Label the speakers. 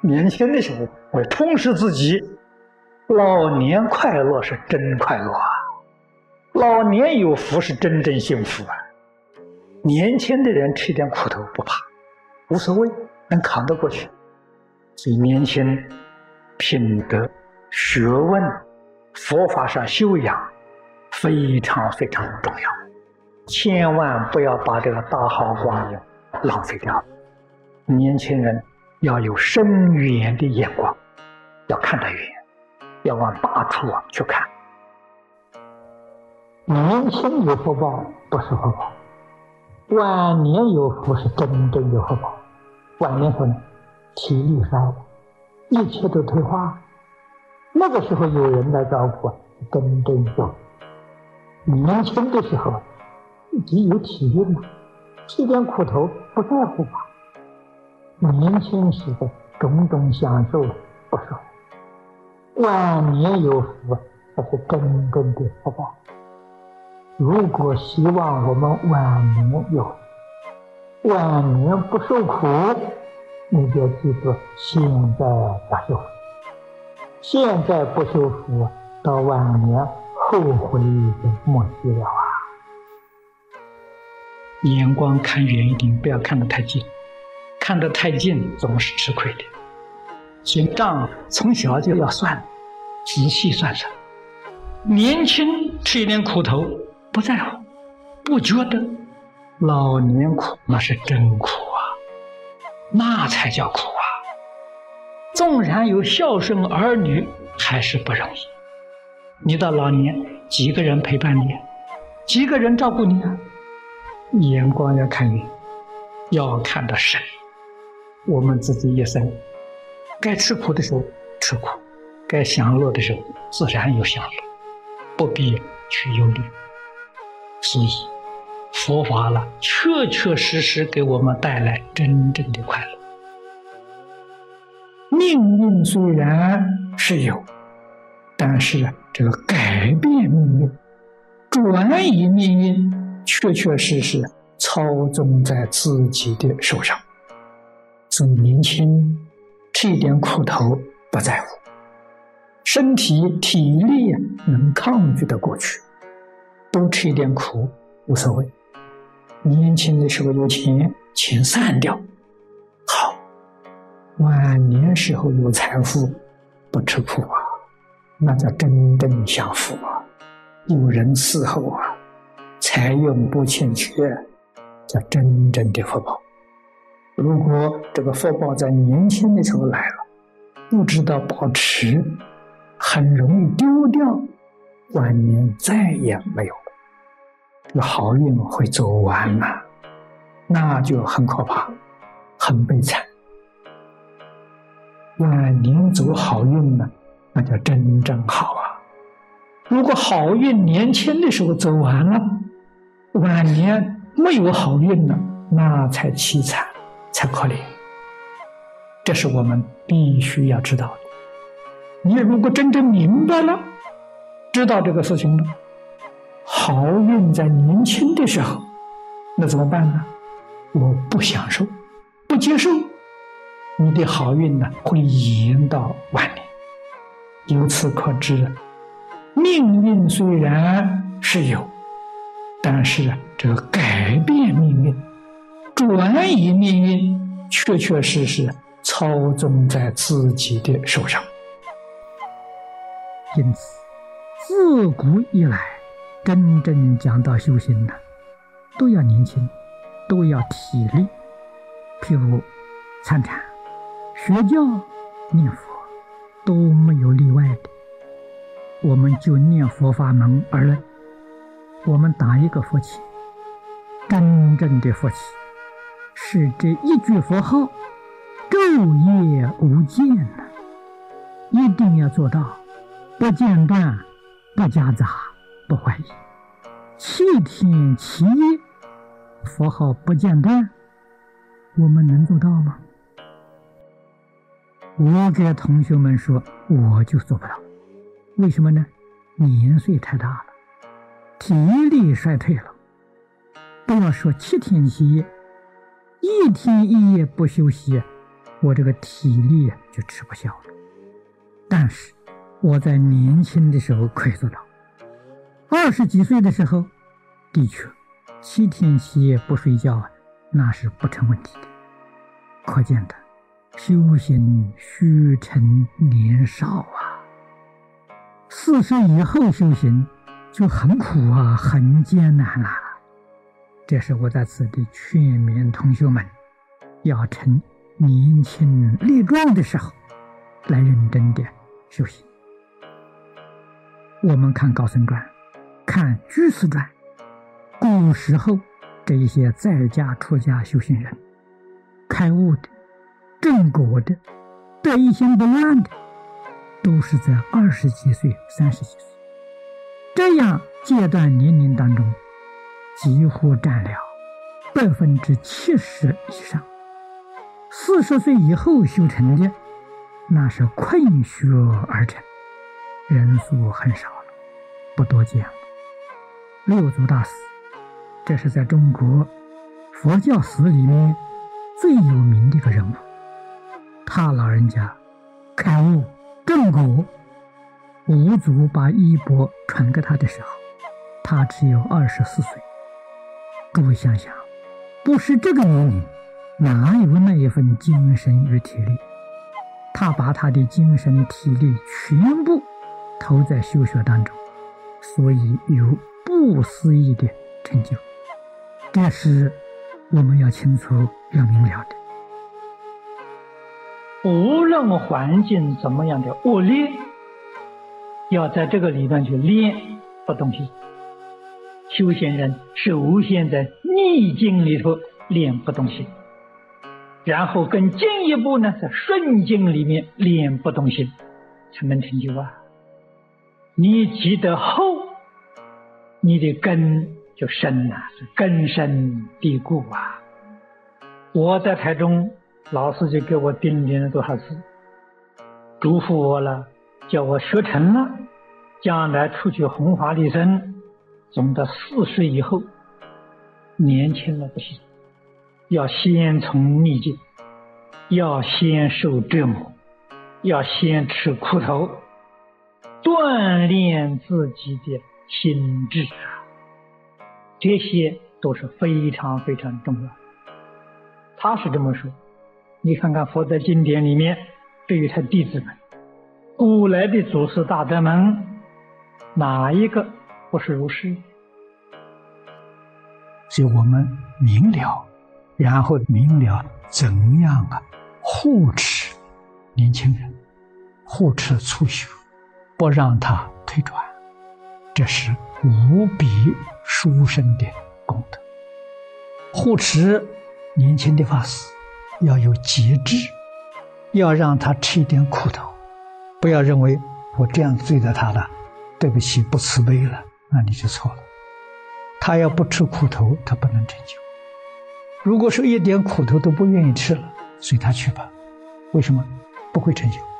Speaker 1: 年轻的时候会充实自己，老年快乐是真快乐啊，老年有福是真正幸福啊。年轻的人吃点苦头不怕，无所谓，能扛得过去。所以年轻品德、学问、佛法上修养非常非常重要，千万不要把这个大好光阴浪费掉了。年轻人要有深远的眼光，要看得远，要往大处去看。年轻有福报不是福报，晚年有福是真正有福报。晚年时候呢，体力衰了，一切都退化，那个时候有人来照顾，真正有。年轻的时候既有体力嘛，吃点苦头不在乎吧。年轻时的种种享受不是福，晚年有福才是真正的福报。如果希望我们晚年有福，晚年不受苦，你就记住现在要受福，现在不受福，到晚年后悔就莫及了啊！眼光看远一点，不要看得太近，看得太近总是吃亏的。所以账从小就要算，仔细算算。年轻吃一点苦头不在乎，不觉得；老年苦那是真苦啊，那才叫苦啊！纵然有孝顺儿女，还是不容易。你到老年，几个人陪伴你，几个人照顾你啊？眼光要看远，要看得深。我们自己一生，该吃苦的时候吃苦，该享乐的时候自然有享乐，不必去忧虑。所以佛法了，确确实实给我们带来真正的快乐。命运虽然是有，但是这个改变命运、转移命运，确确实实操纵在自己的手上。所以年轻吃一点苦头不在乎，身体体力能抗拒得过去，多吃一点苦无所谓。年轻的时候有钱，钱散掉好，晚年时候有财富不吃苦啊，那叫真正享福啊，有人伺候啊，财用不欠缺，叫真正的福报。如果这个福报在年轻的时候来了，不知道保持，很容易丢掉，晚年再也没有了，这个好运会走完了，那就很可怕，很悲惨。晚年走好运呢，那叫真正好啊。如果好运年轻的时候走完了，晚年没有好运了，那才凄惨，才可怜。这是我们必须要知道的。你如果真正明白了，知道这个事情了，好运在年轻的时候，那怎么办呢？我不享受，不接受，你的好运呢会延到晚年。由此可知，命运虽然是有，但是这个改变命运、转移命运，确确实实操纵在自己的手上。因此，自古以来，真正讲到修行呢，都要年轻，都要体力。譬如参禅、学教、念佛，都没有例外的。我们就念佛法门而论，我们打一个佛起，真正的佛起是这一句佛号昼夜无间呢，一定要做到不间断、不夹杂、不怀疑，7天7夜佛号不间断，我们能做到吗？我给同学们说，我就做不到。为什么呢？年岁太大了，体力衰退了。不要说7天7夜，1天1夜不休息，
Speaker 2: 我这个体力就吃不消了。但是我在年轻的时候可以做到，20几岁的时候，的确7天7夜不睡觉那是不成问题的。可见的修行须趁年少啊，40以后修行就很苦啊，很艰难啦。这是我在此地劝勉同学们，要趁年轻力壮的时候来认真的修行。我们看高僧传，看居士传，古时候这一些在家出家修行人，开悟的、正果的、得一心不乱的，都是在20几岁、30几岁这样阶段年龄当中，几乎占了70%以上。40岁以后修成的，那是困学而成，人数很少了，不多见了。六祖大师，这是在中国佛教史里面最有名的一个人物。他老人家开悟正果，五祖把衣钵传给他的时候，他只有24岁。各位想想，不是这个年龄，哪有那一份精神与体力？他把他的精神体力全部投在修学当中，所以有不思议的成就。这是我们要清楚要明了的。
Speaker 1: 无论环境怎么样的恶劣，要在这个里面去练不动心。修行人首先在逆境里头练不动心，然后更进一步呢，在顺境里面练不动心，才能成就啊。你积得厚，你的根就深了，是根深蒂固啊。我在台中，老师就给我叮咛了多少次，嘱咐我了，叫我学成了，将来出去弘法利生，总到40以后，年轻了不行，要先从逆境，要先受折磨，要先吃苦头，锻炼自己的心智啊，这些都是非常非常重要。他是这么说，你看看佛在经典里面对于他弟子们，古来的祖师大德们，哪一个不是如是？
Speaker 2: 所以我们明了，然后明了怎样护持年轻人，护持初学，不让他退转，这是无比殊胜的功德。护持年轻的法师要有节制，要让他吃一点苦头，不要认为我这样对待他了，对不起，不慈悲了，那你就错了。他要不吃苦头，他不能成就。如果说一点苦头都不愿意吃了，随他去吧。为什么？不会成就。